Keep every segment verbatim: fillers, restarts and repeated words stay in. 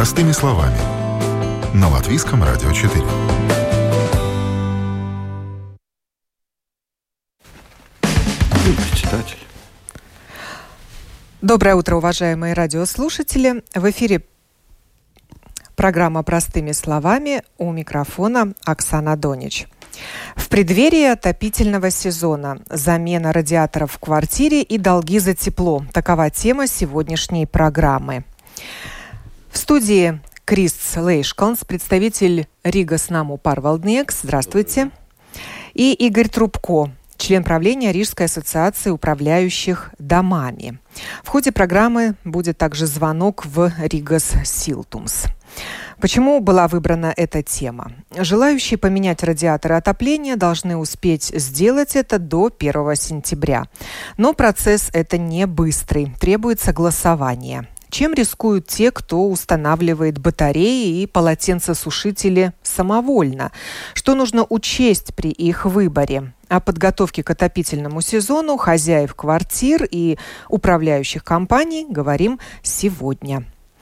Простыми словами. На Латвийском радио четыре. Читатель. Доброе утро, уважаемые радиослушатели. В эфире программа «Простыми словами», у микрофона Оксана Донич. В преддверии отопительного сезона замена радиаторов в квартире и долги за тепло. Такова тема сегодняшней программы. В студии Кристс Лейшкалнс, представитель Ригас Наму Парвалдниекс. Здравствуйте. И Игорь Трубко, член правления Рижской ассоциации управляющих домами. В ходе программы будет также звонок в Ригас Силтумс. Почему была выбрана эта тема? Желающие поменять радиаторы отопления должны успеть сделать это до первого сентября. Но процесс это не быстрый, требует согласования. Чем рискуют те, кто устанавливает батареи и полотенцесушители самовольно? Что нужно учесть при их выборе? О подготовке к отопительному сезону хозяев квартир и управляющих компаний говорим сегодня.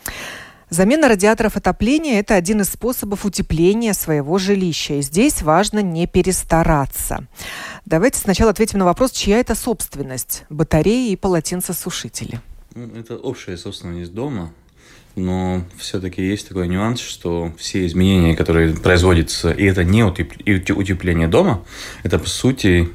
Замена радиаторов отопления – это один из способов утепления своего жилища. И здесь важно не перестараться. Давайте сначала ответим на вопрос, чья это собственность – батареи и полотенцесушители. Это общая собственность дома, но все-таки есть такой нюанс, что все изменения, которые производятся, и это не утепление дома, это, по сути,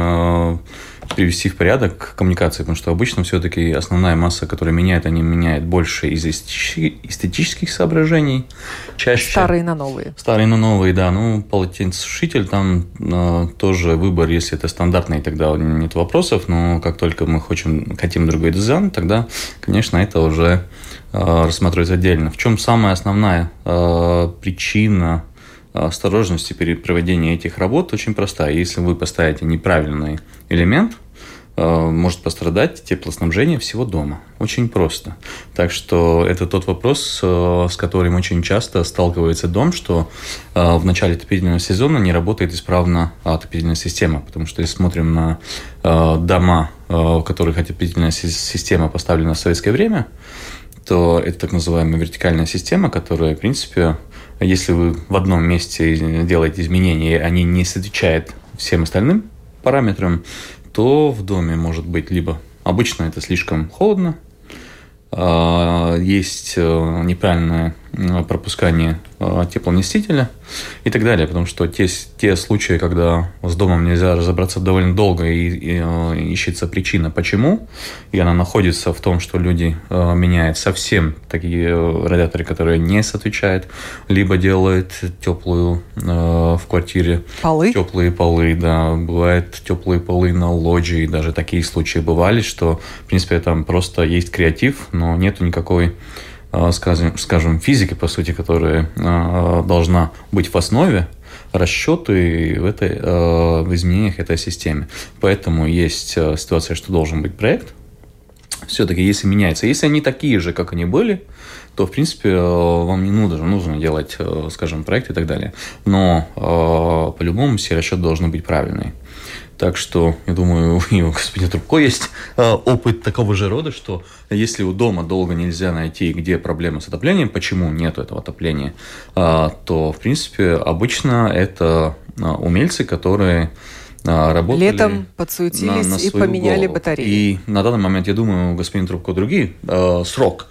привести в порядок коммуникации, потому что обычно все-таки основная масса, которая меняет, они меняют больше из эстетических соображений, чаще. Старые на новые. Старые на новые, да. Ну, полотенцесушитель, там э, тоже выбор, если это стандартный, тогда нет вопросов, но как только мы хотим, хотим другой дизайн, тогда, конечно, это уже э, рассматривается отдельно. В чем самая основная э, причина осторожности при проведении этих работ очень простая. Если вы поставите неправильный элемент, может пострадать теплоснабжение всего дома. Очень просто. Так что это тот вопрос, с которым очень часто сталкивается дом, что в начале отопительного сезона не работает исправно отопительная система. Потому что если смотрим на дома, у которых отопительная система поставлена в советское время, то это так называемая вертикальная система, которая, в принципе, если вы в одном месте делаете изменения, и они не отвечают всем остальным параметрам, то в доме может быть либо обычно это слишком холодно, есть неправильное пропускание теплоносителя и так далее, потому что те, те случаи, когда с домом нельзя разобраться довольно долго и, и, и ищется причина, почему, и она находится в том, что люди меняют совсем такие радиаторы, которые не соответствуют, либо делают теплую в квартире полы. Теплые полы, да, бывают теплые полы на лоджии, даже такие случаи бывали, что, в принципе, там просто есть креатив, но нету никакой, скажем, скажем, физики, по сути, которая должна быть в основе расчеты в, этой, в изменениях этой системы. Поэтому есть ситуация, что должен быть проект. Все-таки, если меняется, если они такие же, как они были, то, в принципе, вам не нужно, нужно делать, скажем, проект и так далее. Но по-любому все расчеты должны быть правильные. Так что, я думаю, и у господина Трубко есть опыт такого же рода, что если у дома долго нельзя найти, где проблема с отоплением, почему нет этого отопления, то, в принципе, обычно это умельцы, которые работали летом подсуетились на, на и поменяли голову. Батареи. И на данный момент, я думаю, у господина Трубко другие срок,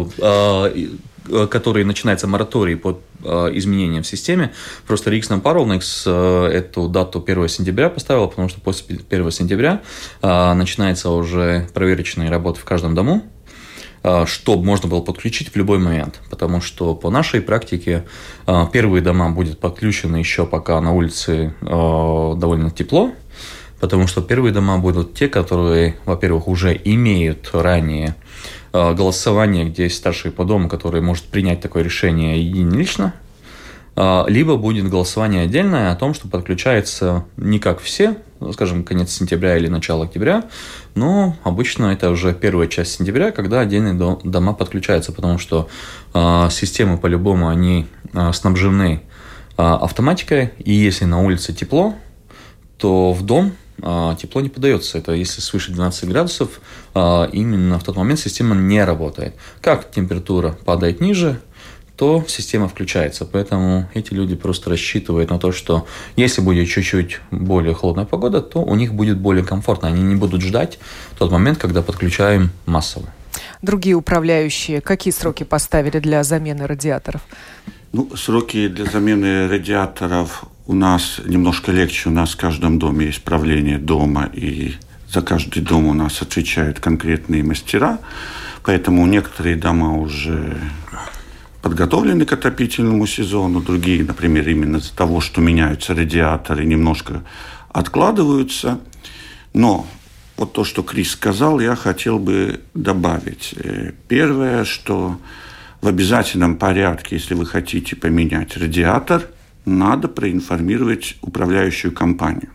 который начинается мораторий по э, изменениям в системе. Просто Ригас Наму Парвалдниекс э, эту дату первого сентября поставила, потому что после первого сентября э, начинается уже проверочные работы в каждом дому, э, чтобы можно было подключить в любой момент. Потому что по нашей практике э, первые дома будут подключены еще пока на улице э, довольно тепло, потому что первые дома будут те, которые, во-первых, уже имеют ранее голосование, где есть старший по дому, который может принять такое решение единолично, либо будет голосование отдельное о том, что подключается не как все, скажем, конец сентября или начало октября, но обычно это уже первая часть сентября, когда отдельные дома подключаются, потому что системы по-любому, они снабжены автоматикой, и если на улице тепло, то в дом тепло не подается. Это если свыше двенадцати градусов, именно в тот момент система не работает. Как температура падает ниже, то система включается. Поэтому эти люди просто рассчитывают на то, что если будет чуть-чуть более холодная погода, то у них будет более комфортно. Они не будут ждать тот момент, когда подключаем массово. Другие управляющие какие сроки поставили для замены радиаторов? Ну, сроки для замены радиаторов у нас немножко легче. У нас в каждом доме есть правление дома, и за каждый дом у нас отвечают конкретные мастера. Поэтому некоторые дома уже подготовлены к отопительному сезону, другие, например, именно из-за того, что меняются радиаторы, немножко откладываются. Но вот то, что Крис сказал, я хотел бы добавить. Первое, что в обязательном порядке, если вы хотите поменять радиатор, надо проинформировать управляющую компанию.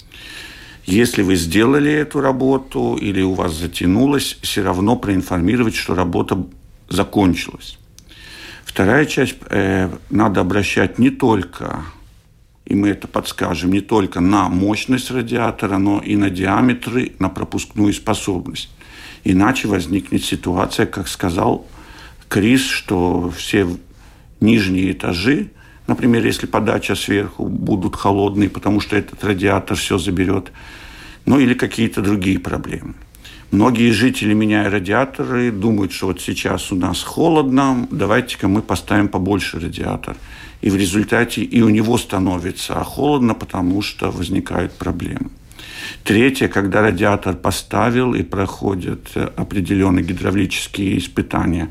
Если вы сделали эту работу или у вас затянулось, все равно проинформировать, что работа закончилась. Вторая часть, э, надо обращать не только, и мы это подскажем, не только на мощность радиатора, но и на диаметры, на пропускную способность. Иначе возникнет ситуация, как сказал Крис, что все нижние этажи, например, если подача сверху, будут холодные, потому что этот радиатор все заберет, ну или какие-то другие проблемы. Многие жители, меняя радиаторы, думают, что вот сейчас у нас холодно, давайте-ка мы поставим побольше радиатор. И в результате и у него становится холодно, потому что возникают проблемы. Третье, когда радиатор поставил и проходят определенные гидравлические испытания,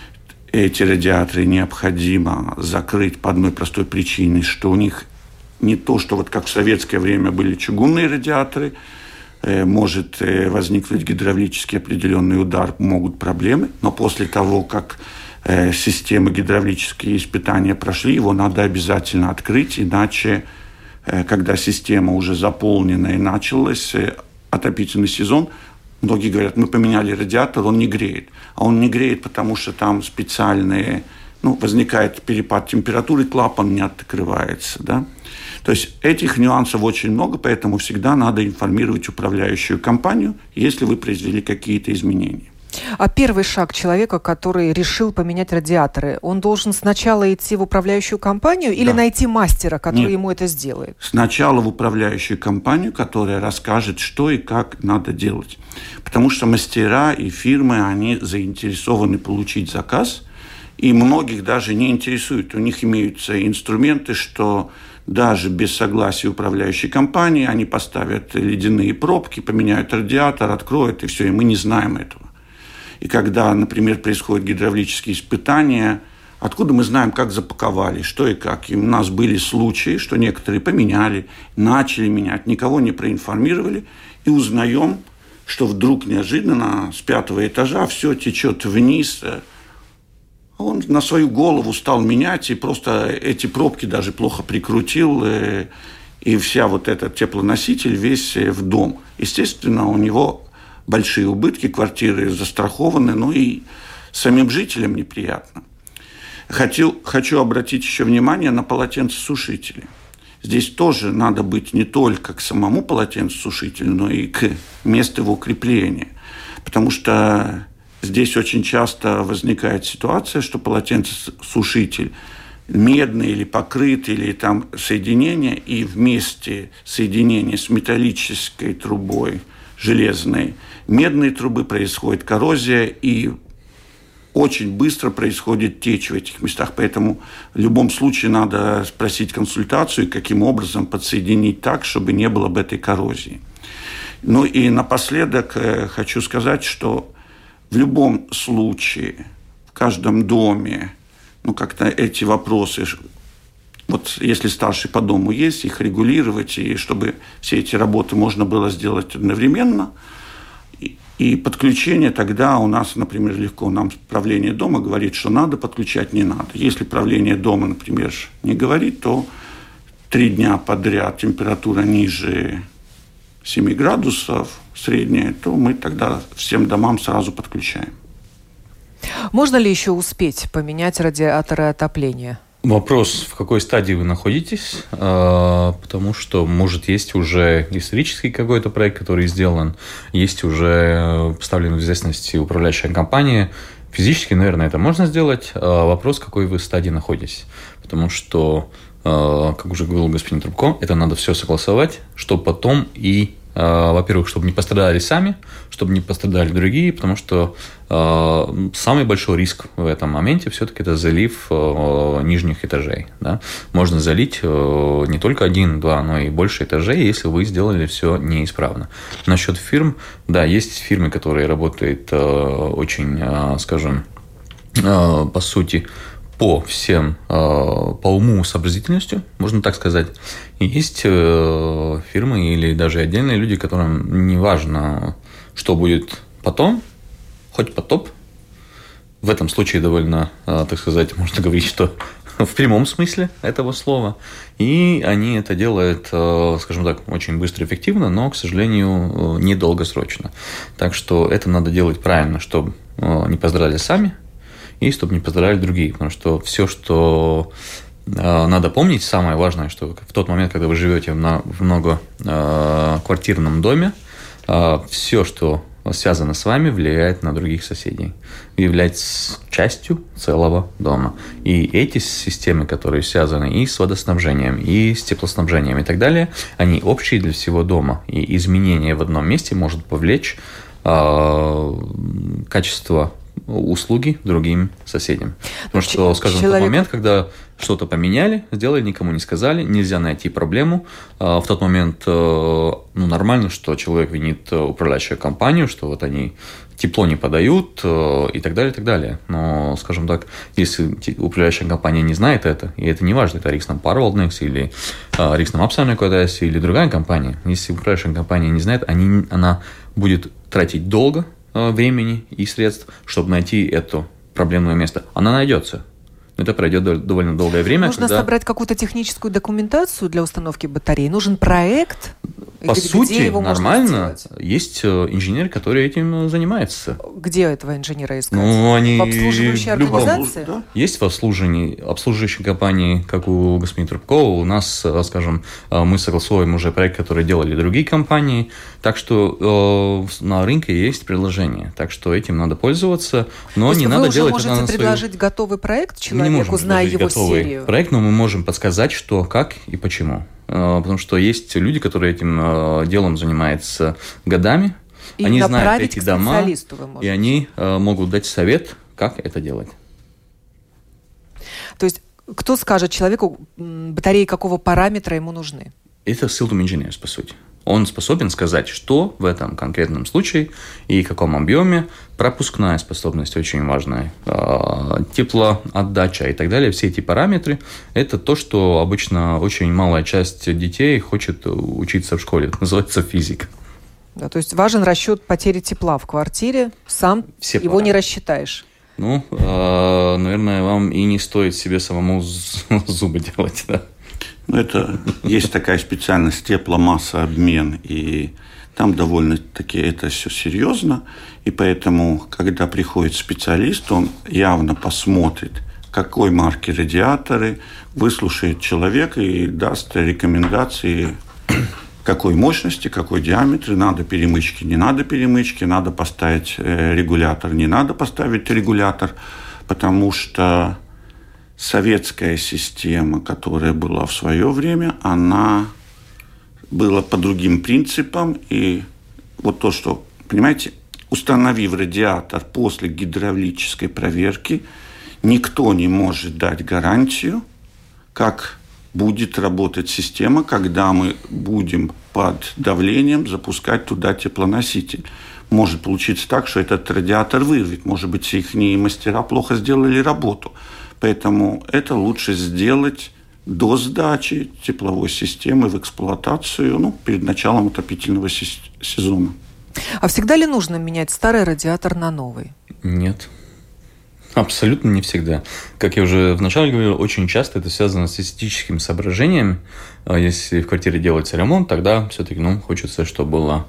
эти радиаторы необходимо закрыть по одной простой причине, что у них не то, что вот как в советское время были чугунные радиаторы, может возникнуть гидравлический определенный удар, могут проблемы, но после того, как системы гидравлические испытания прошли, его надо обязательно открыть, иначе, когда система уже заполнена и начался отопительный сезон, многие говорят, мы поменяли радиатор, он не греет. А он не греет, потому что там специальные, ну, возникает перепад температуры, клапан не открывается, да. То есть этих нюансов очень много, поэтому всегда надо информировать управляющую компанию, если вы произвели какие-то изменения. А первый шаг человека, который решил поменять радиаторы, он должен сначала идти в управляющую компанию или да. найти мастера, который Нет. ему это сделает? Сначала в управляющую компанию, которая расскажет, что и как надо делать. Потому что мастера и фирмы, они заинтересованы получить заказ, и многих даже не интересует. У них имеются инструменты, что даже без согласия управляющей компании они поставят ледяные пробки, поменяют радиатор, откроют, и все, и мы не знаем этого. И когда, например, происходят гидравлические испытания, откуда мы знаем, как запаковали, что и как. И у нас были случаи, что некоторые поменяли, начали менять, никого не проинформировали, и узнаем, что вдруг неожиданно с пятого этажа все течет вниз. Он на свою голову стал менять, и просто эти пробки даже плохо прикрутил, и вся вот этот теплоноситель весь в дом. Естественно, у него большие убытки, квартиры застрахованы, ну и самим жителям неприятно. Хочу, хочу обратить еще внимание на полотенцесушители. Здесь тоже надо быть не только к самому полотенцесушителю, но и к месту его крепления. Потому что здесь очень часто возникает ситуация, что полотенцесушитель медный или покрытый, или там соединение, и вместе соединения с металлической трубой, железной, медной трубы происходит коррозия, и очень быстро происходит течь в этих местах. Поэтому в любом случае надо спросить консультацию, каким образом подсоединить так, чтобы не было бы этой коррозии. Ну и напоследок хочу сказать, что в любом случае, в каждом доме, ну как-то эти вопросы, вот если старший по дому есть, их регулировать, и чтобы все эти работы можно было сделать одновременно. И, и подключение тогда у нас, например, легко. Нам правление дома говорит, что надо подключать, не надо. Если правление дома, например, не говорит, то три дня подряд температура ниже семи градусов, средняя, то мы тогда всем домам сразу подключаем. Можно ли еще успеть поменять радиаторы отопления? Вопрос, в какой стадии вы находитесь, потому что, может, есть уже исторический какой-то проект, который сделан, есть уже поставлена в известность управляющая компания, Физически, наверное, это можно сделать. Вопрос, в какой вы стадии находитесь. Потому что, как уже говорил господин Трубко, это надо все согласовать, чтобы потом и, во-первых, чтобы не пострадали сами, чтобы не пострадали другие, потому что самый большой риск в этом моменте все-таки это залив нижних этажей. Да? Можно залить не только один, два, но и больше этажей, если вы сделали все неисправно. Насчет фирм, да, есть фирмы, которые работают очень, скажем, по сути, по всем, по уму, сообразительностью, можно так сказать. И есть фирмы или даже отдельные люди, которым не важно, что будет потом, хоть потоп. В этом случае довольно, так сказать, можно говорить, что в прямом смысле этого слова. И они это делают, скажем так, очень быстро и эффективно, но, к сожалению, недолгосрочно. Так что это надо делать правильно, чтобы не пострадали сами, и чтобы не пострадали другие. Потому что все, что э, надо помнить, самое важное, что в тот момент, когда вы живете в, в многоквартирном доме, э, все, что связано с вами, влияет на других соседей. Вы являетесь частью целого дома. И эти системы, которые связаны и с водоснабжением, и с теплоснабжением и так далее, они общие для всего дома. И изменение в одном месте может повлечь э, качество услуги другим соседям. Потому что, скажем, Человек... в тот момент, когда что-то поменяли, сделали, никому не сказали, нельзя найти проблему. В тот момент, ну, нормально, что человек винит управляющую компанию, что вот они тепло не подают и так далее, и так далее. Но, скажем так, если управляющая компания не знает это, и это не важно, это Рикснам Парвалдникс или Рикснам Апсаймниекotājs или другая компания, если управляющая компания не знает, они, она будет тратить долго времени и средств, чтобы найти это проблемное место. Она найдется. Это пройдет довольно долгое время. Нужно когда... собрать какую-то техническую документацию для установки батареи. Нужен проект. По где, сути, где его нормально. Есть инженер, который этим занимается. Где этого инженера искать? Ну, они в обслуживающей организации? Да? Есть в обслуживании, обслуживающей компании, как у господина Трубкова. У нас, скажем, мы согласовываем уже проект, который делали другие компании. Так что э, на рынке есть предложение. Так что этим надо пользоваться. Но не надо делать это на свою... Вы можете предложить готовый проект человеку, зная его серию? Проект, но мы можем подсказать, что, как и почему. Потому что есть люди, которые этим делом занимаются годами. И они знают эти дома, вы и они могут дать совет, как это делать. То есть кто скажет человеку, батареи какого параметра ему нужны? Это siltuminženieris, по сути. Он способен сказать, что в этом конкретном случае и в каком объеме. Пропускная способность очень важная, теплоотдача и так далее. Все эти параметры – это то, что обычно очень малая часть детей хочет учиться в школе. Это называется физика. Да, то есть важен расчет потери тепла в квартире. Сам Все его параметры. Не рассчитаешь. Ну, наверное, вам и не стоит себе самому зубы делать, да. Ну, это есть такая специальность тепломассообмен, и там довольно-таки это все серьезно, и поэтому, когда приходит специалист, он явно посмотрит, какой марки радиаторы, выслушает человека и даст рекомендации, какой мощности, какой диаметр, надо перемычки, не надо перемычки, надо поставить регулятор, не надо поставить регулятор, потому что советская система, которая была в свое время, она была по другим принципам. И вот то, что, понимаете, установив радиатор после гидравлической проверки, никто не может дать гарантию, как будет работать система, когда мы будем под давлением запускать туда теплоноситель. Может получиться так, что этот радиатор вырвет. Может быть, их мастера плохо сделали работу. Поэтому это лучше сделать до сдачи тепловой системы в эксплуатацию, ну, перед началом отопительного сезона. А всегда ли нужно менять старый радиатор на новый? Нет. Абсолютно не всегда. Как я уже вначале говорил, очень часто это связано с эстетическими соображениями. Если в квартире делается ремонт, тогда все-таки, ну, хочется, чтобы было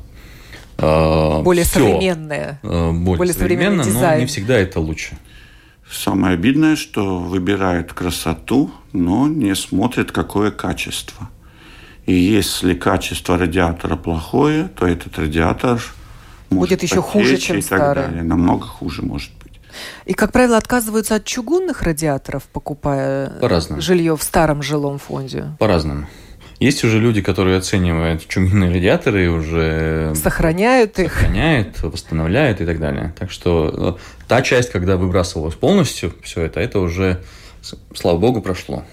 э, более все, современное. Э, более, более современно, но не всегда это лучше. Самое обидное, что выбирают красоту, но не смотрят, какое качество. И если качество радиатора плохое, то этот радиатор будет может еще хуже, чем и так старый. далее. Намного хуже может быть. И, как правило, отказываются от чугунных радиаторов, покупая По-разному. жилье в старом жилом фонде? По-разному. Есть уже люди, которые оценивают чугунные радиаторы и уже сохраняют их, сохраняют, восстанавливают и так далее. Так что та часть, когда выбрасывалась полностью, все это, это уже, слава богу, прошло.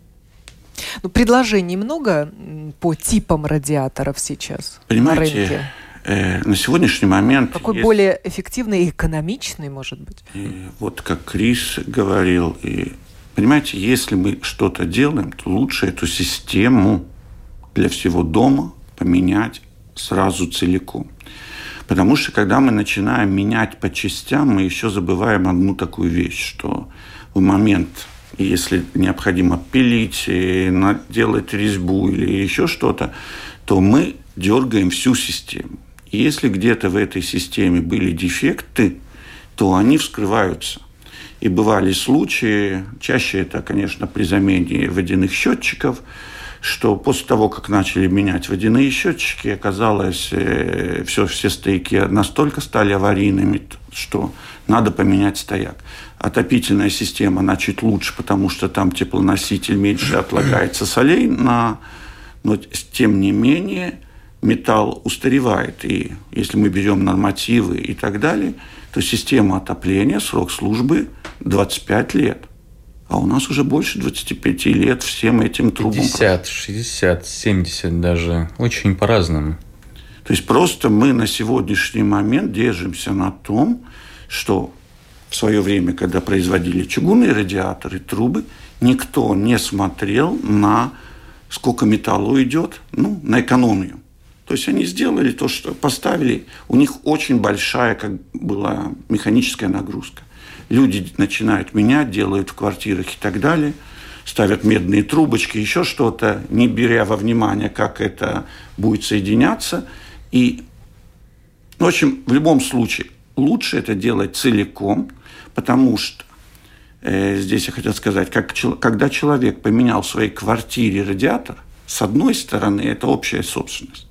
Ну, предложений много по типам радиаторов сейчас Понимаете, на рынке? Э, на сегодняшний момент... Какой есть... более эффективный и экономичный, может быть? И вот как Крис говорил, и, понимаете, если мы что-то делаем, то лучше эту систему для всего дома поменять сразу целиком. Потому что, когда мы начинаем менять по частям, мы еще забываем одну такую вещь, что в момент, если необходимо пилить, делать резьбу или еще что-то, то мы дергаем всю систему. И если где-то в этой системе были дефекты, то они вскрываются. И бывали случаи, чаще это, конечно, при замене водяных счетчиков, что после того, как начали менять водяные счетчики, оказалось, э, все, все стояки настолько стали аварийными, что надо поменять стояк. Отопительная система, она чуть лучше, потому что там теплоноситель меньше отлагается солей, на... но тем не менее металл устаревает. И если мы берем нормативы и так далее, то система отопления, срок службы двадцать пять лет. А у нас уже больше двадцати пяти лет всем этим трубам. пятьдесят, шестьдесят, семьдесят даже. Очень по-разному. То есть просто мы на сегодняшний момент держимся на том, что в свое время, когда производили чугунные радиаторы, трубы, никто не смотрел на сколько металла уйдет, ну, на экономию. То есть они сделали то, что поставили. У них очень большая как была механическая нагрузка. Люди начинают менять, делают в квартирах и так далее, ставят медные трубочки, еще что-то, не беря во внимание, как это будет соединяться. И, в общем, в любом случае, лучше это делать целиком, потому что, э, здесь я хотел сказать, как, когда человек поменял в своей квартире радиатор, с одной стороны, это общая собственность.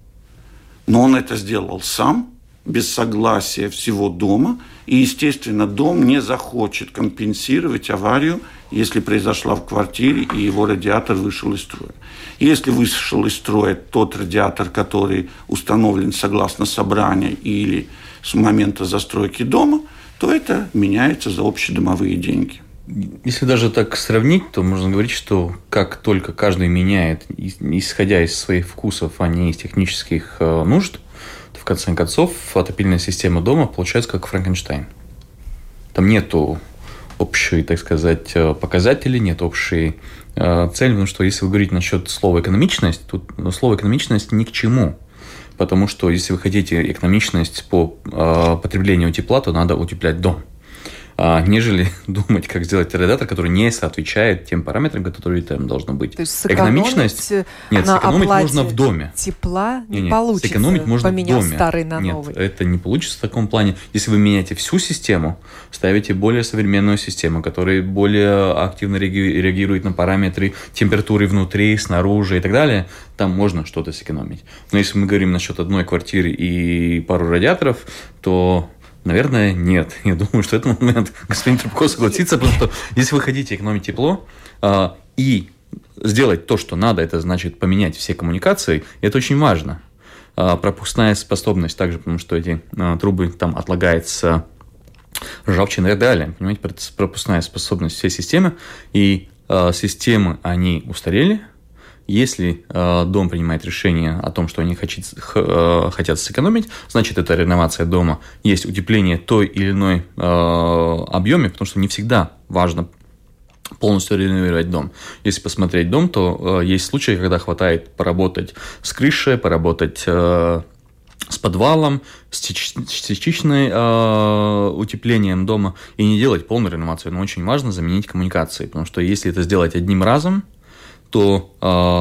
Но он это сделал сам, без согласия всего дома, и, естественно, дом не захочет компенсировать аварию, если произошла в квартире, и его радиатор вышел из строя. Если вышел из строя тот радиатор, который установлен согласно собранию или с момента застройки дома, то это меняется за общедомовые деньги. Если даже так сравнить, то можно говорить, что как только каждый меняет, исходя из своих вкусов, а не из технических нужд, то в конце концов отопительная система дома получается как Франкенштейн. Там нету общей, так сказать, показателей, нет общей цели, потому что если вы говорите насчет слова экономичность, тут слово экономичность ни к чему. Потому что если вы хотите экономичность по потреблению тепла, то надо утеплять дом. Нежели думать, как сделать радиатор, который не соответствует тем параметрам, которые там должны быть. То есть экономичность нет, на сэкономить можно в доме. Тепла не, не, не получится. Сэкономить можно поменяв в доме. Старый на нет, новый. Это не получится в таком плане. Если вы меняете всю систему, ставите более современную систему, которая более активно реагирует на параметры температуры внутри, снаружи и так далее, там можно что-то сэкономить. Но если мы говорим насчет одной квартиры и пару радиаторов, то наверное, нет. Я думаю, что в этот момент господин Трубко согласится, потому что если вы хотите экономить тепло э, и сделать то, что надо, это значит поменять все коммуникации, это очень важно. Э, пропускная способность также, потому что эти э, трубы там отлагается ржавчина и так далее. Понимаете, пропускная способность всей системы, и э, системы, они устарели. Если э, дом принимает решение о том, что они хотят, э, хотят сэкономить, значит, это реновация дома. Есть утепление той или иной э, объеме, потому что не всегда важно полностью реновировать дом. Если посмотреть дом, то э, есть случаи, когда хватает поработать с крышей, поработать э, с подвалом, с частичным э, утеплением дома и не делать полную реновацию. Но очень важно заменить коммуникации, потому что если это сделать одним разом, то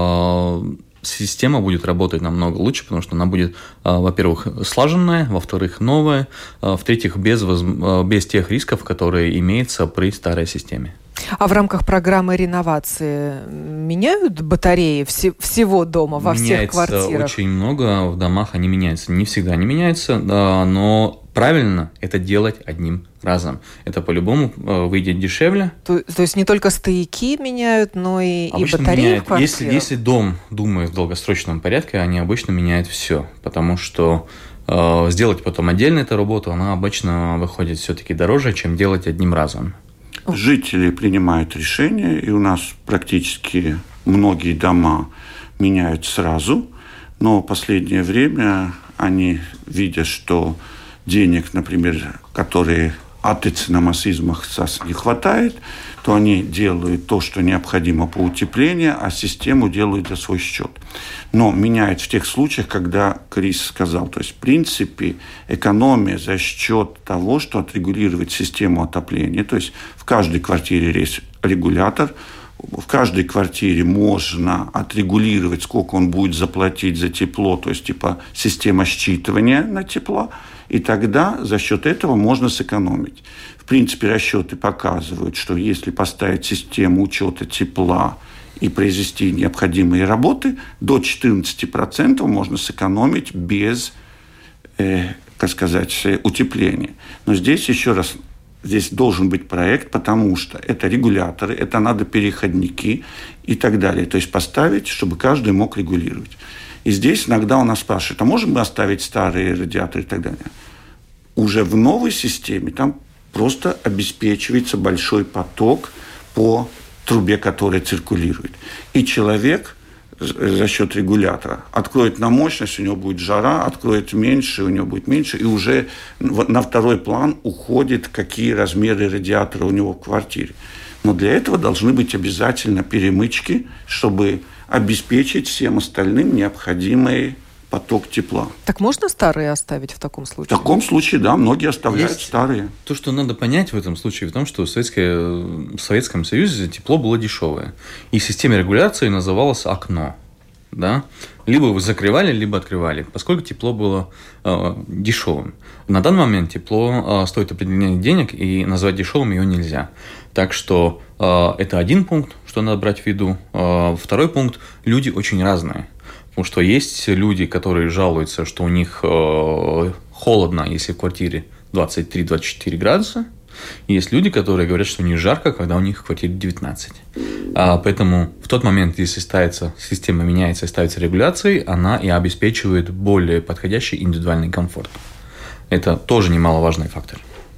э, система будет работать намного лучше, потому что она будет, э, во-первых, слаженная, во-вторых, новая, э, в-третьих, без, воз... без тех рисков, которые имеются при старой системе. А в рамках программы реновации меняют батареи все, всего дома во меняется всех квартирах? Очень много в домах они меняются. Не всегда они меняются, да, но правильно это делать одним разом. Это по-любому выйдет дешевле. То, то есть не только стояки меняют, но и, и батареи меняют, в квартирах? Если, если дом думает в долгосрочном порядке, они обычно меняют все, потому что э, сделать потом отдельно эту работу, она обычно выходит все-таки дороже, чем делать одним разом. Жители принимают решения, и у нас практически многие дома меняют сразу, но в последнее время они видят, что денег, например, которые АТЦ на массизмах САС не хватает, то они делают то, что необходимо по утеплению, а систему делают за свой счет. Но меняют в тех случаях, когда Крис сказал. То есть, в принципе, экономия за счет того, что отрегулировать систему отопления. То есть, в каждой квартире есть регулятор, в каждой квартире можно отрегулировать, сколько он будет заплатить за тепло, то есть, типа, система считывания на тепло, и тогда за счет этого можно сэкономить. В принципе, расчеты показывают, что если поставить систему учета тепла и произвести необходимые работы, до четырнадцать процентов можно сэкономить без, э, как сказать, утепления. Но здесь еще раз, здесь должен быть проект, потому что это регуляторы, это надо переходники и так далее. То есть поставить, чтобы каждый мог регулировать. И здесь иногда у нас спрашивают, а можем мы оставить старые радиаторы и так далее? Уже в новой системе там просто обеспечивается большой поток по трубе, которая циркулирует. И человек за счет регулятора откроет на мощность, у него будет жара, откроет меньше, у него будет меньше, и уже на второй план уходит, какие размеры радиатора у него в квартире. Но для этого должны быть обязательно перемычки, чтобы обеспечить всем остальным необходимый поток тепла. Так можно старые оставить в таком случае? В таком случае, да, многие оставляют Есть старые. То, что надо понять в этом случае, в том, что в, Советское, в Советском Союзе тепло было дешевое. И система регуляции называлась окно. Да? Либо вы закрывали, либо открывали, поскольку тепло было э, дешевым. На данный момент тепло э, стоит определенных денег, и назвать дешевым ее нельзя. Так что э, это один пункт, что надо брать в виду. Э, второй пункт – люди очень разные. Потому что есть люди, которые жалуются, что у них э, холодно, если в квартире двадцать три - двадцать четыре градуса. И есть люди, которые говорят, что у них жарко, когда у них в квартире девятнадцать. А, поэтому в тот момент, если ставится, система меняется и ставится регуляцией, она и обеспечивает более подходящий индивидуальный комфорт. Это тоже немаловажный фактор.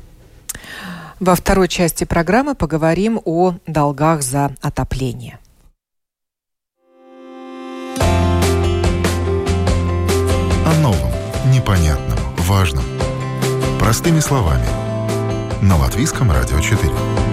Во второй части программы поговорим о долгах за отопление. О новом, непонятном, важном. Простыми словами. На Латвийском радио четыре.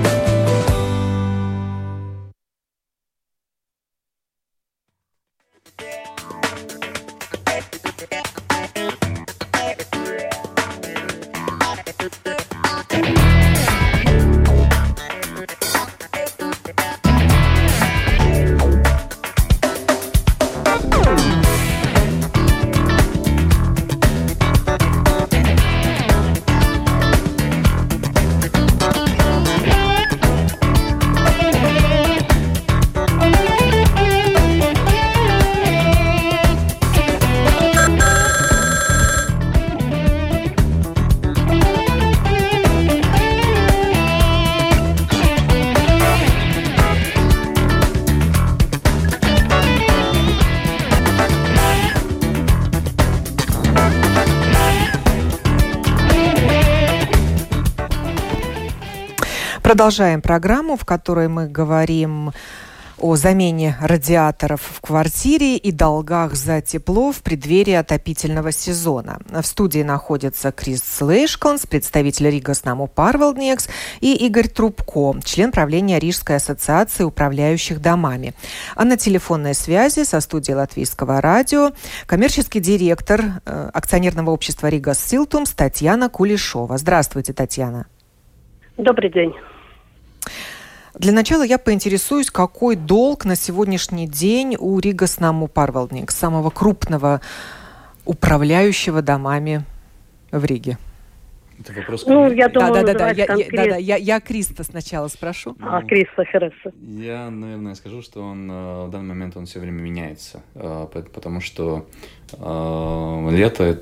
Продолжаем программу, в которой мы говорим о замене радиаторов в квартире и долгах за тепло в преддверии отопительного сезона. В студии находятся Крис Лейшконс, представитель Ригас Наму Парвалдниекс, и Игорь Трубко, член правления Рижской ассоциации управляющих домами. А на телефонной связи со студией Латвийского радио коммерческий директор э, акционерного общества Ригас Силтумс Татьяна Кулешова. Здравствуйте, Татьяна. Добрый день. Для начала я поинтересуюсь, какой долг на сегодняшний день у Ригас Наму Парвалдниекс, самого крупного управляющего домами в Риге. Это вопрос. Ну, я думаю, да, да, да, я, конкрет... да, да, я, я Криста сначала спрошу. А, Криста Хереса. Я, наверное, скажу, что он в данный момент он все время меняется, потому что лето – это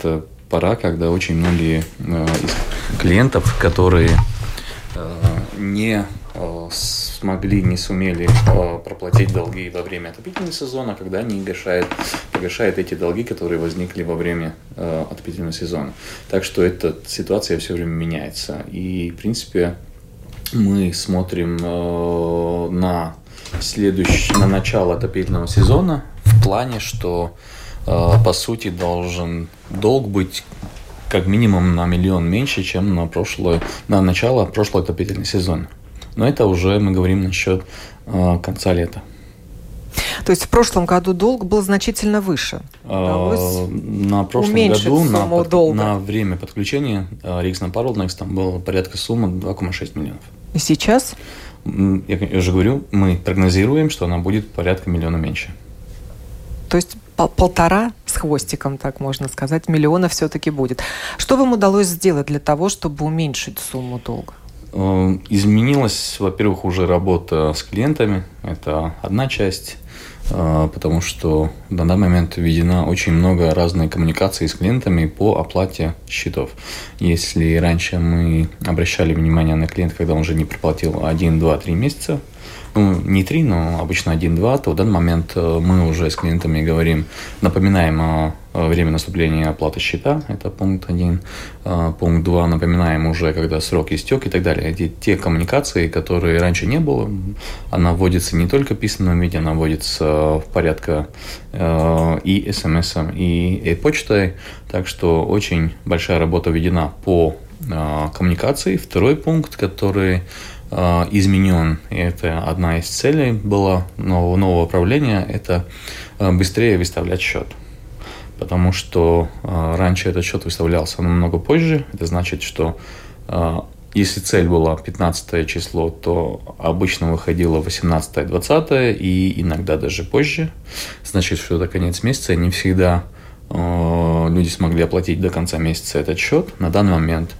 пора, когда очень многие э, из клиентов, которые э, не э, смогли, не сумели э, проплатить долги во время отопительного сезона, когда они гашают, погашают эти долги, которые возникли во время э, отопительного сезона. Так что эта ситуация все время меняется. И, в принципе, мы смотрим э, на следующее, на начало отопительного сезона в плане, что по сути, должен долг быть как минимум на миллион меньше, чем на, прошлое, на начало прошлого отопительного сезона. Но это уже мы говорим насчет э, конца лета. То есть в прошлом году долг был значительно выше? Э, на прошлом году на, под, на время подключения э, Рīgas Pārvaldnieks там было порядка суммы два целых шесть миллионов. И сейчас? Я, я уже говорю, мы прогнозируем, что она будет порядка миллиона меньше. То есть полтора с хвостиком, так можно сказать, миллиона все-таки будет. Что вам удалось сделать для того, чтобы уменьшить сумму долга? Изменилась, во-первых, уже работа с клиентами. Это одна часть, потому что на данный момент введена очень много разной коммуникации с клиентами по оплате счетов. Если раньше мы обращали внимание на клиента, когда он уже не проплатил один, два, три месяца, ну, не три, но обычно один-два, то в данный момент мы уже с клиентами говорим, напоминаем о время наступления оплаты счета, это пункт один. Пункт два, напоминаем уже, когда срок истек и так далее. Эти, те коммуникации, которые раньше не было, она вводится не только в письменном виде, она вводится в порядке и смс-ом, и почтой. Так что очень большая работа введена по коммуникации. Второй пункт, который изменен, и это одна из целей была нового, нового управления, это быстрее выставлять счет. Потому что раньше этот счет выставлялся намного позже. Это значит, что если цель была пятнадцатое число, то обычно выходило восемнадцатое, двадцатое и иногда даже позже. Значит, что это конец месяца, и не всегда люди смогли оплатить до конца месяца этот счет. На данный момент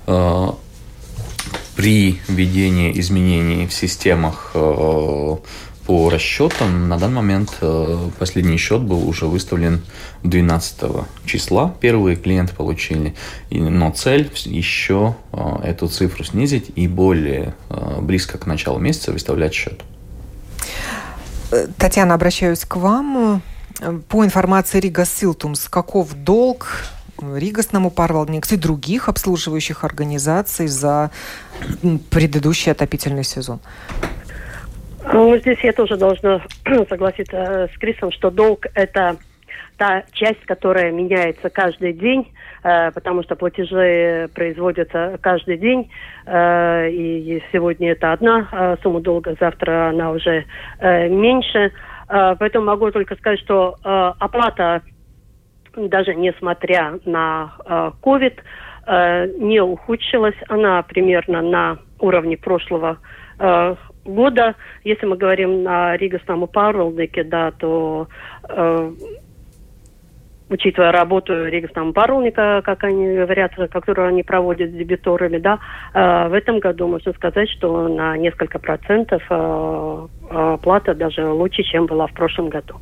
при введении изменений в системах э, по расчетам, на данный момент э, последний счет был уже выставлен двенадцатого числа. Первые клиенты получили, но цель еще э, эту цифру снизить и более э, близко к началу месяца выставлять счет. Татьяна, обращаюсь к вам. По информации Rigas Siltums, каков долг Рīgas Pārvaldnieks и других обслуживающих организаций за предыдущий отопительный сезон? Ну, здесь я тоже должна согласиться с Крисом, что долг – это та часть, которая меняется каждый день, потому что платежи производятся каждый день, и сегодня это одна сумма долга, завтра она уже меньше. Поэтому могу только сказать, что оплата, даже несмотря на ковид, не ухудшилась. Она примерно на уровне прошлого года. Если мы говорим на Рīgas Pārvaldnieki, да, то э, учитывая работу Рīgas Pārvaldnieka, как они говорят, которую они проводят с дебиторами, да, э, в этом году можно сказать, что на несколько процентов э, оплата даже лучше, чем была в прошлом году.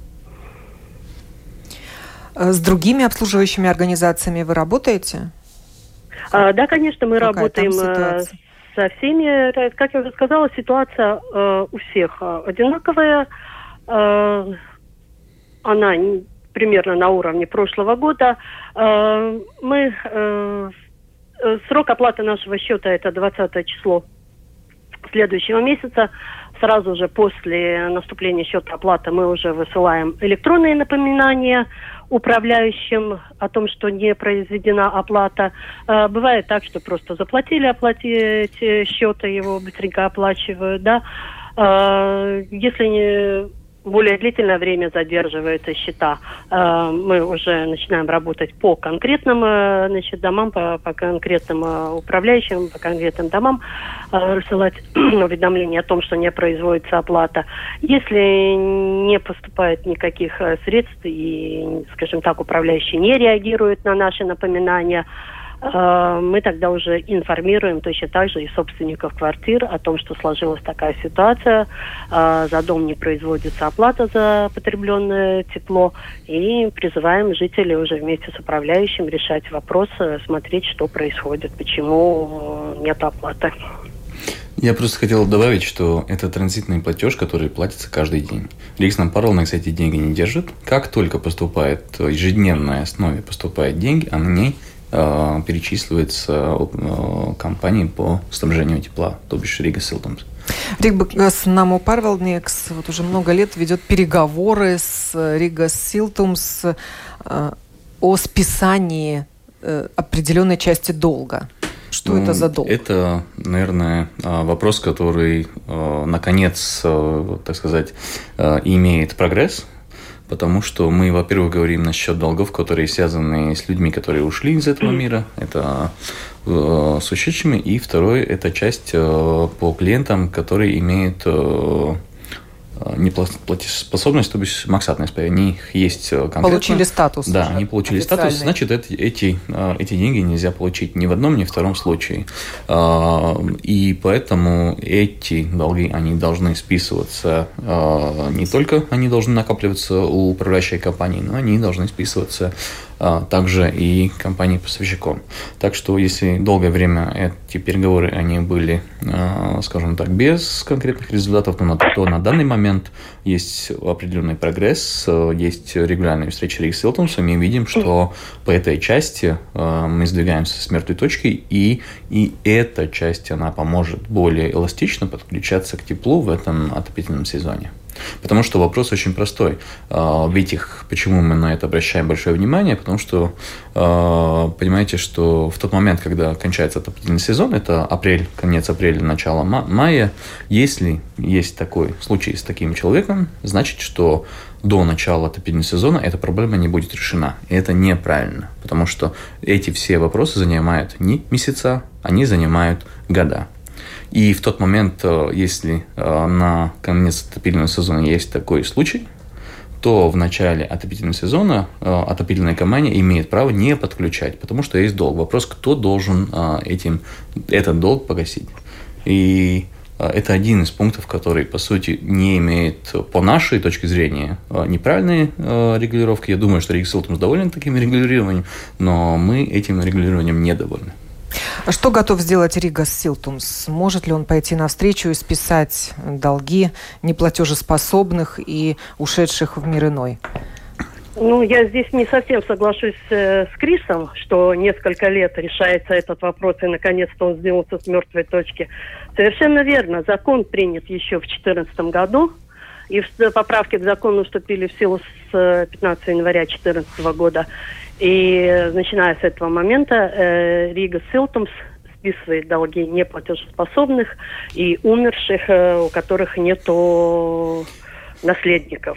С другими обслуживающими организациями вы работаете? А, да, конечно, мы Какая работаем со всеми. Как я уже сказала, ситуация э, у всех одинаковая. Э, она примерно на уровне прошлого года. Э, мы э, срок оплаты нашего счета это двадцатое число следующего месяца. Сразу же после наступления счета оплаты мы уже высылаем электронные напоминания управляющим о том, что не произведена оплата. Э, бывает так, что просто заплатили оплатить счет, его быстренько оплачивают, да. Э, если не более длительное время задерживаются счета, э, мы уже начинаем работать по конкретным э, значит, домам, по, по конкретным э, управляющим, по конкретным домам, э, рассылать уведомления о том, что не производится оплата. Если не поступает никаких э, средств и, скажем так, управляющий не реагирует на наши напоминания, мы тогда уже информируем точно так же и собственников квартир о том, что сложилась такая ситуация, за дом не производится оплата за потребленное тепло, и призываем жителей уже вместе с управляющим решать вопрос, смотреть, что происходит, почему нет оплаты. Я просто хотел добавить, что это транзитный платеж, который платится каждый день. Рикснампарловна, кстати, деньги не держит. Как только поступает, ежедневной основе поступают деньги, а на ней э, перечисливается э, компании по снабжению тепла, то бишь Рига Силтумс. Ригас Намупарвалдниекс вот уже много лет ведет переговоры с Рига Силтумс э, о списании э, определенной части долга. Что ну, это за долг? Это, наверное, вопрос, который, наконец, так сказать, имеет прогресс, потому что мы, во-первых, говорим насчет долгов, которые связаны с людьми, которые ушли из этого мира, это с ушедшими, и второе, это часть по клиентам, которые имеют неплатежеспособность, то бишь максатность, у них есть конкретно... Получили статус. Да, они получили статус, значит, это, эти, эти деньги нельзя получить ни в одном, ни в втором случае. И поэтому эти долги, они должны списываться, не только они должны накапливаться у управляющей компании, но они должны списываться также и компании-поставщиком. Так что, если долгое время эти переговоры они были, скажем так, без конкретных результатов, то на, то на данный момент есть определенный прогресс, есть регулярные встречи Рига Силтумс, и мы видим, что по этой части мы сдвигаемся с мертвой точки, и, и эта часть, она поможет более эластично подключаться к теплу в этом отопительном сезоне. Потому что вопрос очень простой. В этих, почему мы на это обращаем большое внимание? Потому что, понимаете, что в тот момент, когда кончается отопительный сезон, это апрель, конец апреля, начало мая, если есть такой случай с таким человеком, значит, что до начала отопительного сезона эта проблема не будет решена. И это неправильно, потому что эти все вопросы занимают не месяца, они занимают года. И в тот момент, если на конец отопительного сезона есть такой случай, то в начале отопительного сезона отопительная компания имеет право не подключать, потому что есть долг. Вопрос, кто должен этим, этот долг погасить. И это один из пунктов, который, по сути, не имеет, по нашей точке зрения, неправильной регулировки. Я думаю, что Рига Силтумс доволен таким регулированием, но мы этим регулированием недовольны. А что готов сделать Рига Силтумс? Может ли он пойти навстречу и списать долги неплатежеспособных и ушедших в мир иной? Ну, я здесь не совсем соглашусь э, с Крисом, что несколько лет решается этот вопрос, и наконец-то он сдвинулся с мертвой точки. Совершенно верно. Закон принят еще в две тысячи четырнадцатом году, и поправки к закону вступили в силу с пятнадцатого января две тысячи четырнадцатого года. И начиная с этого момента э, Рига Силтумс списывает долги неплатежеспособных и умерших, э, у которых нету наследников.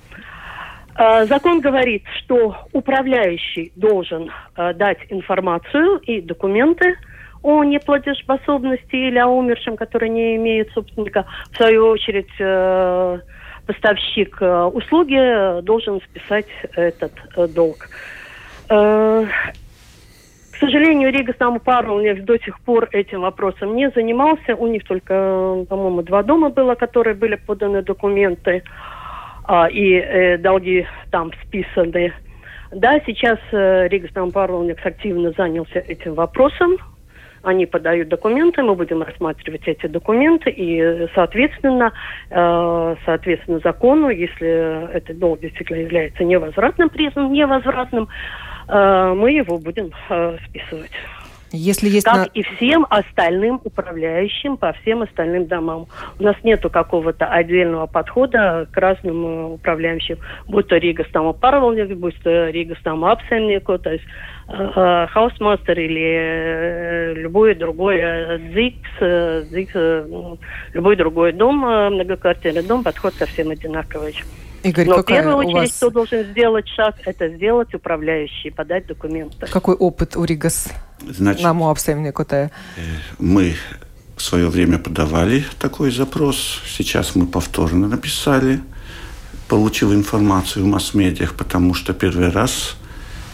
Э, закон говорит, что управляющий должен э, дать информацию и документы о неплатежеспособности или о умершем, которые не имеют собственника. В свою очередь, э, поставщик э, услуги должен списать этот э, долг. К сожалению, Ригас Намупарвалдниекс до сих пор этим вопросом не занимался. У них только, по-моему, два дома было, которые были поданы документы, и э, долги там списаны. Да, сейчас э, Ригас Намупарвалдниекс активно занялся этим вопросом. Они подают документы, мы будем рассматривать эти документы, и, соответственно, э, соответственно закону, если этот долг действительно является невозвратным, признан невозвратным, э, мы его будем э, списывать. Если есть как на... и всем остальным управляющим по всем остальным домам. У нас нету какого-то отдельного подхода к разным управляющим, будь то Риgas Намupарвалдниeks, будь то Риgas Namuapsaimnieku, то есть э, хаусмастер или э, любой другой э, дзикс, э, дзикс э, любой другой дом, э, многоквартирный дом, подход ко всем одинаковый. Игорь, но в первую очередь, вас... кто должен сделать шаг, это сделать управляющий, подать документы. Какой опыт у Ригас Намуапсаимnieku? Мы в свое время подавали такой запрос. Сейчас мы повторно написали, получил информацию в масс-медиах, потому что первый раз,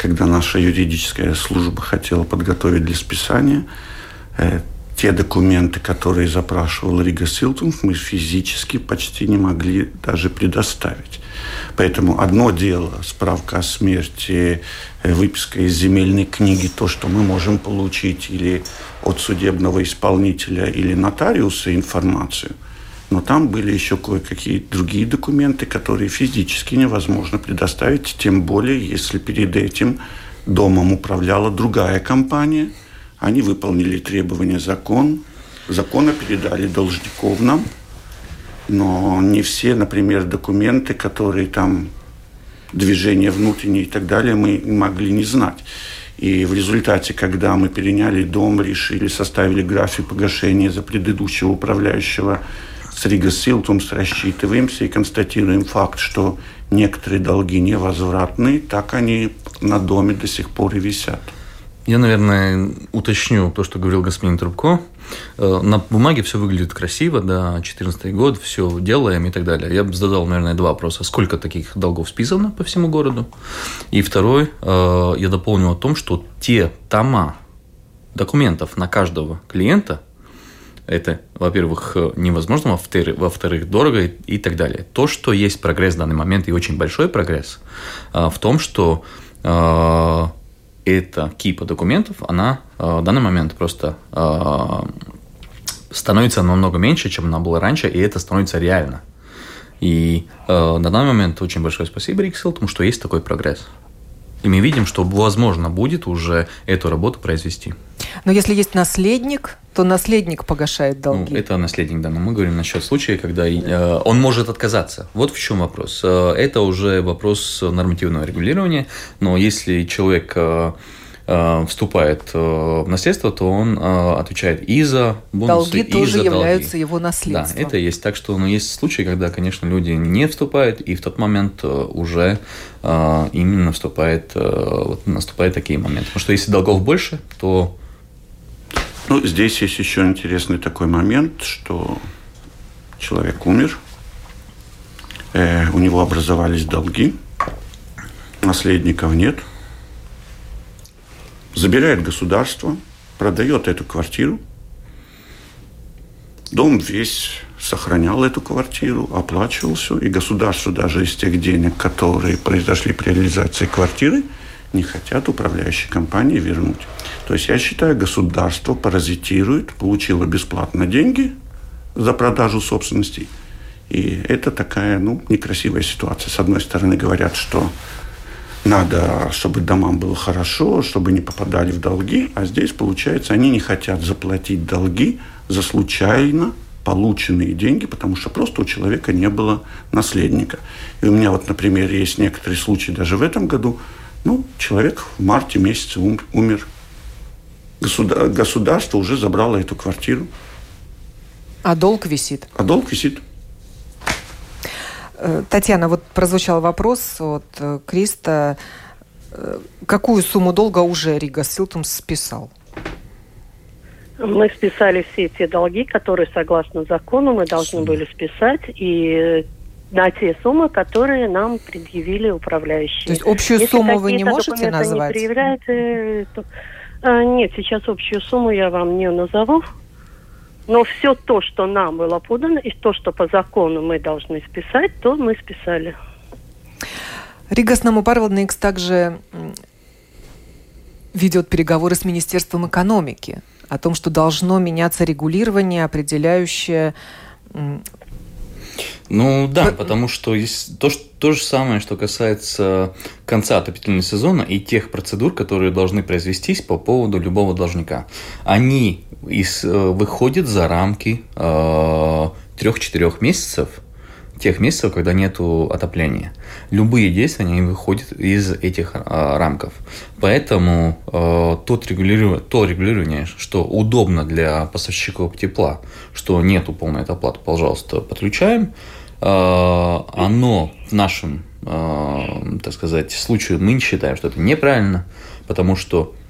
когда наша юридическая служба хотела подготовить для списания, э, те документы, которые запрашивал Рига Силтумс, мы физически почти не могли даже предоставить. Поэтому одно дело – справка о смерти, выписка из земельной книги, то, что мы можем получить или от судебного исполнителя, или нотариуса информацию. Но там были еще кое-какие другие документы, которые физически невозможно предоставить, тем более, если перед этим домом управляла другая компания. Они выполнили требования закон, закона, передали должников нам, но не все, например, документы, которые там, движения внутренние и так далее, мы могли не знать. И в результате, когда мы переняли дом, решили, составили график погашения за предыдущего управляющего с Рига Силтумс, рассчитываемся и констатируем факт, что некоторые долги невозвратные, так они на доме до сих пор и висят. Я, наверное, уточню то, что говорил господин Трубко. На бумаге все выглядит красиво, да, четырнадцатый год, все делаем и так далее. Я бы задал, наверное, два вопроса. Сколько таких долгов списано по всему городу? И второй, я дополню о том, что те тома документов на каждого клиента, это, во-первых, невозможно, во-вторых, дорого и так далее. То, что есть прогресс в данный момент, и очень большой прогресс, в том, что эта кипа документов, она э, в данный момент просто э, становится намного меньше, чем она была раньше, и это становится реально. И э, на данный момент очень большое спасибо Рига Силтумс, что есть такой прогресс. И мы видим, что возможно будет уже эту работу произвести. Но если есть наследник, то наследник погашает долги. Ну, это наследник, да. Но мы говорим насчет случая, когда э, он может отказаться. Вот в чем вопрос. Э, это уже вопрос нормативного регулирования. Но если человек э, э, вступает э, в наследство, то он э, отвечает и за бонусы, долги и тоже за долги. являются его наследством. Да, это есть. Так что, ну, есть случаи, когда, конечно, люди не вступают, и в тот момент э, уже э, именно вступает, э, вот, наступают такие моменты. Потому что если долгов больше, то... Ну, здесь есть еще интересный такой момент, что человек умер, э, у него образовались долги, наследников нет, забирает государство, продает эту квартиру, дом весь сохранял эту квартиру, оплачивал все, и государство даже из тех денег, которые произошли при реализации квартиры, не хотят управляющие компании вернуть. То есть, я считаю, государство паразитирует, получило бесплатно деньги за продажу собственности. И это такая, ну, некрасивая ситуация. С одной стороны, говорят, что надо, чтобы домам было хорошо, чтобы не попадали в долги. А здесь, получается, они не хотят заплатить долги за случайно полученные деньги, потому что просто у человека не было наследника. И у меня вот, например, есть некоторые случаи даже в этом году. Ну, человек в марте месяце умер. Государ... Государство уже забрало эту квартиру. А долг висит. А долг висит. Татьяна, вот прозвучал вопрос от Криста. Какую сумму долга уже Рига Силтумс списал? Мы списали все те долги, которые, согласно закону, мы должны были списать, и на те суммы, которые нам предъявили управляющие. То есть общую Если сумму вы не можете назвать? Не предъявляют, то... а, нет, сейчас общую сумму я вам не назову. Но все то, что нам было подано, и то, что по закону мы должны списать, то мы списали. Ригас Намупарвалдникс также ведет переговоры с Министерством экономики о том, что должно меняться регулирование, определяющее... Ну да, потому что есть то, что, то же самое, что касается конца отопительного сезона и тех процедур, которые должны произвестись по поводу любого должника. Они из, выходят за рамки э, трех-четырех месяцев, тех месяцев, когда нет отопления. Любые действия, они выходят из этих э, рамков. Поэтому э, тот регулиру... то регулирование, что удобно для поставщиков тепла, что нету полной оплаты, пожалуйста, подключаем, э, оно в нашем, э, так сказать, случае мы не считаем, что это неправильно, потому что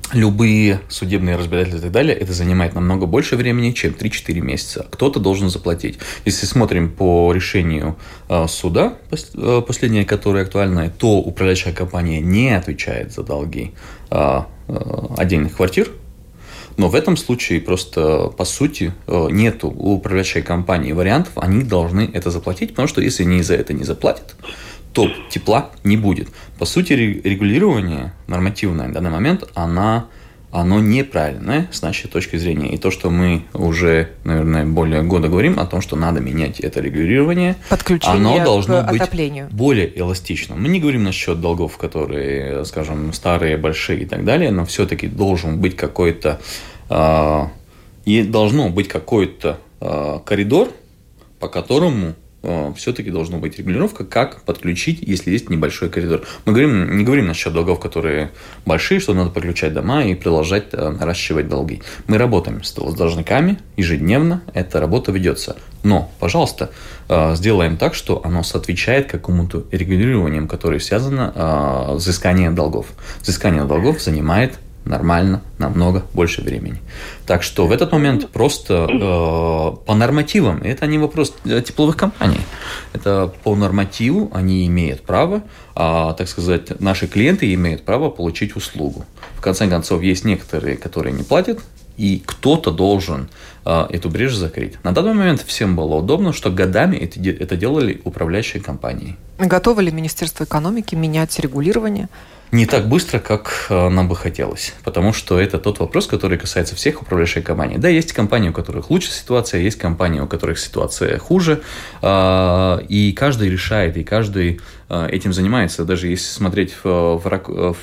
любые судебные разбирательства и так далее, это занимает намного больше времени, чем три-четыре месяца. Кто-то должен заплатить. Если смотрим по решению э, суда, э, последнее, которое актуальное, то управляющая компания не отвечает за долги э, э, отдельных квартир. Но в этом случае просто, по сути, нету у управляющей компании вариантов, они должны это заплатить, потому что если они за это не заплатят, то тепла не будет. По сути, регулирование нормативное на данный момент, оно, оно неправильное с нашей точки зрения. И то, что мы уже, наверное, более года говорим о том, что надо менять это регулирование, подключение оно должно к быть отоплению. Более эластичным. Мы не говорим насчет долгов, которые, скажем, старые, большие и так далее, но все-таки должен быть какой-то, э, и должно быть какой-то э, коридор, по которому все-таки должна быть регулировка, как подключить, если есть небольшой коридор. Мы говорим, не говорим насчет долгов, которые большие, что надо подключать дома и продолжать наращивать долги. Мы работаем с должниками ежедневно, эта работа ведется. Но, пожалуйста, сделаем так, что оно отвечает какому-то регулированию, которое связано с взысканием долгов. Взыскание долгов занимает нормально, намного больше времени. Так что в этот момент просто э, по нормативам, это не вопрос тепловых компаний, это по нормативу они имеют право, э, так сказать, наши клиенты имеют право получить услугу. В конце концов, есть некоторые, которые не платят, и кто-то должен э, эту брешь закрыть. На данный момент всем было удобно, что годами это, это делали управляющие компании. Готово ли Министерство экономики менять регулирование? Не так быстро, как нам бы хотелось, потому что это тот вопрос, который касается всех управляющих компаний. Да, есть компании, у которых лучше ситуация, есть компании, у которых ситуация хуже, и каждый решает, и каждый этим занимается. Даже если смотреть в, в,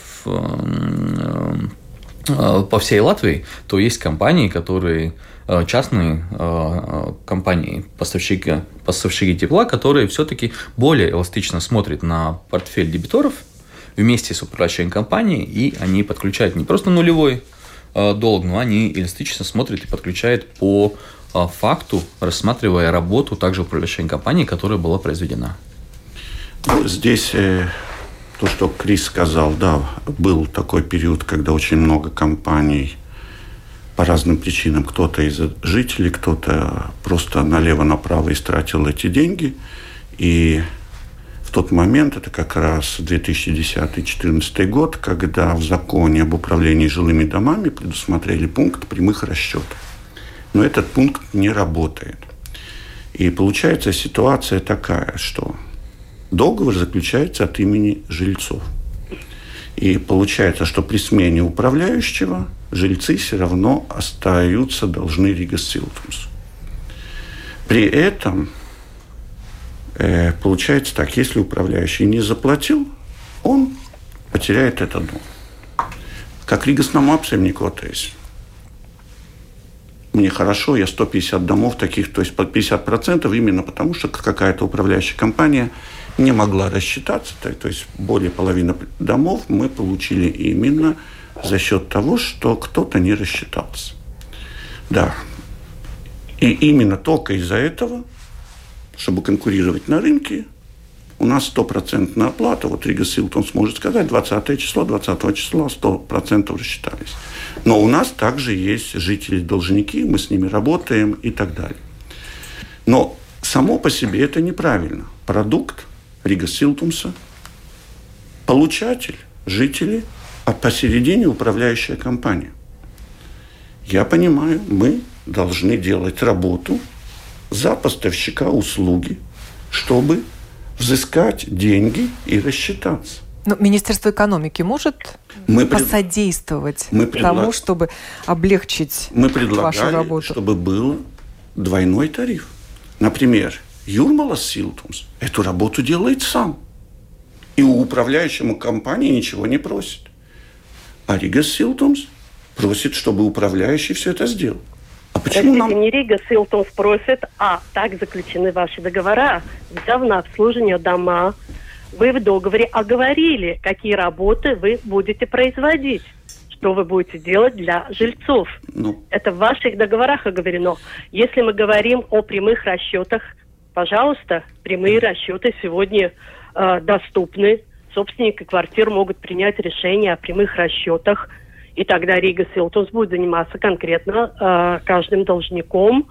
в, по всей Латвии, то есть компании, которые частные компании, поставщики, поставщики тепла, которые все-таки более эластично смотрят на портфель дебиторов вместе с управляющей компанией, и они подключают не просто нулевой э, долг, но они эластично смотрят и подключают по э, факту, рассматривая работу также управляющей компании, которая была произведена. Здесь э, то, что Крис сказал, да, был такой период, когда очень много компаний по разным причинам, кто-то из жителей, кто-то просто налево-направо истратил эти деньги, и в тот момент, это как раз две тысячи десятый - две тысячи четырнадцатый год, когда в законе об управлении жилыми домами предусмотрели пункт прямых расчетов. Но этот пункт не работает. И получается ситуация такая, что договор заключается от имени жильцов. И получается, что при смене управляющего жильцы все равно остаются должны Рига Силтумс. При этом получается так, если управляющий не заплатил, он потеряет этот дом. Как Риgas namu apsaimniekotais. Мне хорошо, я сто пятьдесят домов таких, то есть под пятьдесят процентов, именно потому, что какая-то управляющая компания не могла рассчитаться. То есть более половины домов мы получили именно за счет того, что кто-то не рассчитался. Да. И именно только из-за этого, чтобы конкурировать на рынке, у нас стопроцентная оплата. Вот Рига Силтон сможет сказать, двадцатое число, двадцатого числа сто процентов рассчитались. Но у нас также есть жители-должники, мы с ними работаем и так далее. Но само по себе это неправильно. Продукт Рига Силтумса, получатель, жители, а посередине управляющая компания. Я понимаю, мы должны делать работу за поставщика услуги, чтобы взыскать деньги и рассчитаться. Но Министерство экономики может мы посодействовать мы тому, предлаг... чтобы облегчить мы вашу работу? Чтобы был двойной тариф. Например, Юрмалас Силтумс эту работу делает сам. И у управляющего компании ничего не просит. А Рига Силтумс просит, чтобы управляющий все это сделал. А почему Простите, нам... не Рига Силтумс просит, а так заключены ваши договора. Взяв на обслуживание дома, вы в договоре оговорили, какие работы вы будете производить, что вы будете делать для жильцов. Ну... Это в ваших договорах оговорено. Если мы говорим о прямых расчетах, пожалуйста, прямые расчеты сегодня э, доступны. Собственники квартир могут принять решение о прямых расчетах И тогда Рига Силтумс будет заниматься конкретно э, каждым должником,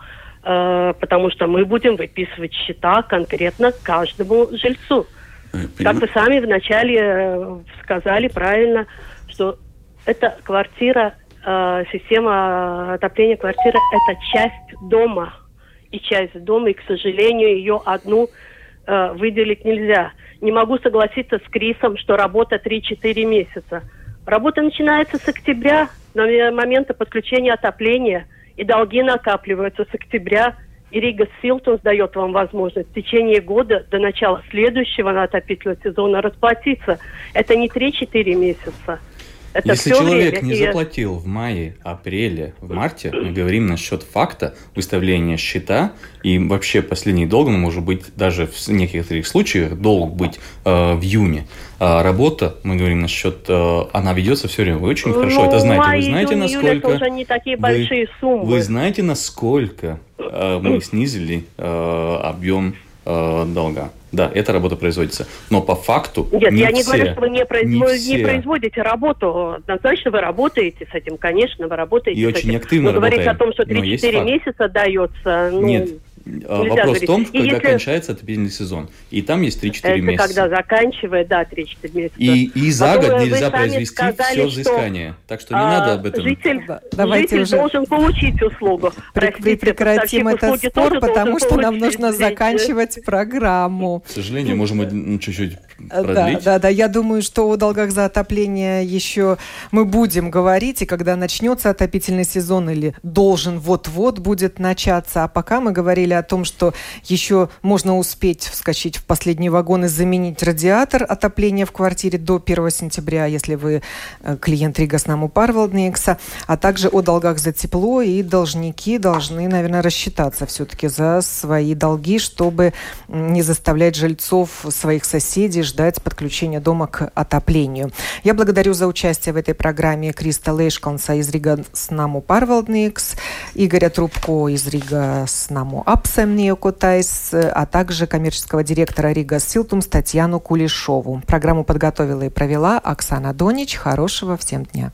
э, потому что мы будем выписывать счета конкретно каждому жильцу. Как вы сами вначале э, сказали правильно, что эта квартира, э, система отопления квартиры – это часть дома. И часть дома, и, к сожалению, ее одну э, выделить нельзя. Не могу согласиться с Крисом, что работа три-четыре месяца. Работа начинается с октября, на момента подключения отопления, и долги накапливаются с октября. И Рига Силтумс дает вам возможность в течение года до начала следующего отопительного сезона расплатиться. Это не три-четыре месяца. Это Если человек время. не И... заплатил в мае, апреле, в марте, мы говорим насчет факта выставления счета, и вообще последний долг, ну, может быть, даже в некоторых случаях долг быть э, в июне. А работа, мы говорим насчет, э, она ведется все время. Вы очень хорошо ну, это знаете. Май, Вы знаете, июнь, насколько... июль, это уже не такие большие вы, суммы. Вы знаете, насколько э, мы снизили э, объем э, долга? Да, эта работа производится. Но по факту Нет, не я все, не говорю, что вы не, производ... не, не производите работу. Однозначно вы работаете с этим, конечно, вы работаете и с очень этим. активно Но говорить работаем. о том, что три-четыре месяца дается, ну... Нет. Вопрос говорить. в том, И когда если... кончается отопительный сезон. И там есть три-четыре это месяца. когда заканчивает, да, три-четыре месяца. И, и за Потом год вы нельзя сами произвести сказали, все взыскание. Так что не а, надо об этом. Житель, Да, давайте житель уже должен получить услугу. Простите, прекратим этот спор, потому что нам нужно заканчивать программу. К сожалению, можем ну, чуть-чуть Да, продлить. да, да. Я думаю, что о долгах за отопление еще мы будем говорить, и когда начнется отопительный сезон или должен вот-вот будет начаться. А пока мы говорили о том, что еще можно успеть вскочить в последний вагон и заменить радиатор отопления в квартире до первого сентября, если вы клиент Риgas Namu pārvaldnieks, а также о долгах за тепло, и должники должны, наверное, рассчитаться все-таки за свои долги, чтобы не заставлять жильцов, своих соседей ждать подключения дома к отоплению. Я благодарю за участие в этой программе Криста Лейшкалнса из Риgas Namu pārvaldnieks, Игоря Трубко из Риgas Namu apsaimniekotais, а также коммерческого директора Рига Силтумс Татьяну Кулешову. Программу подготовила и провела Оксана Донич. Хорошего всем дня.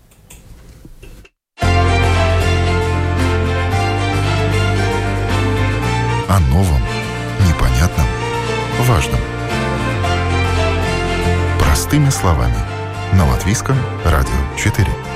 О новом, непонятном, важном. Простыми словами. На Латвийском радио четыре.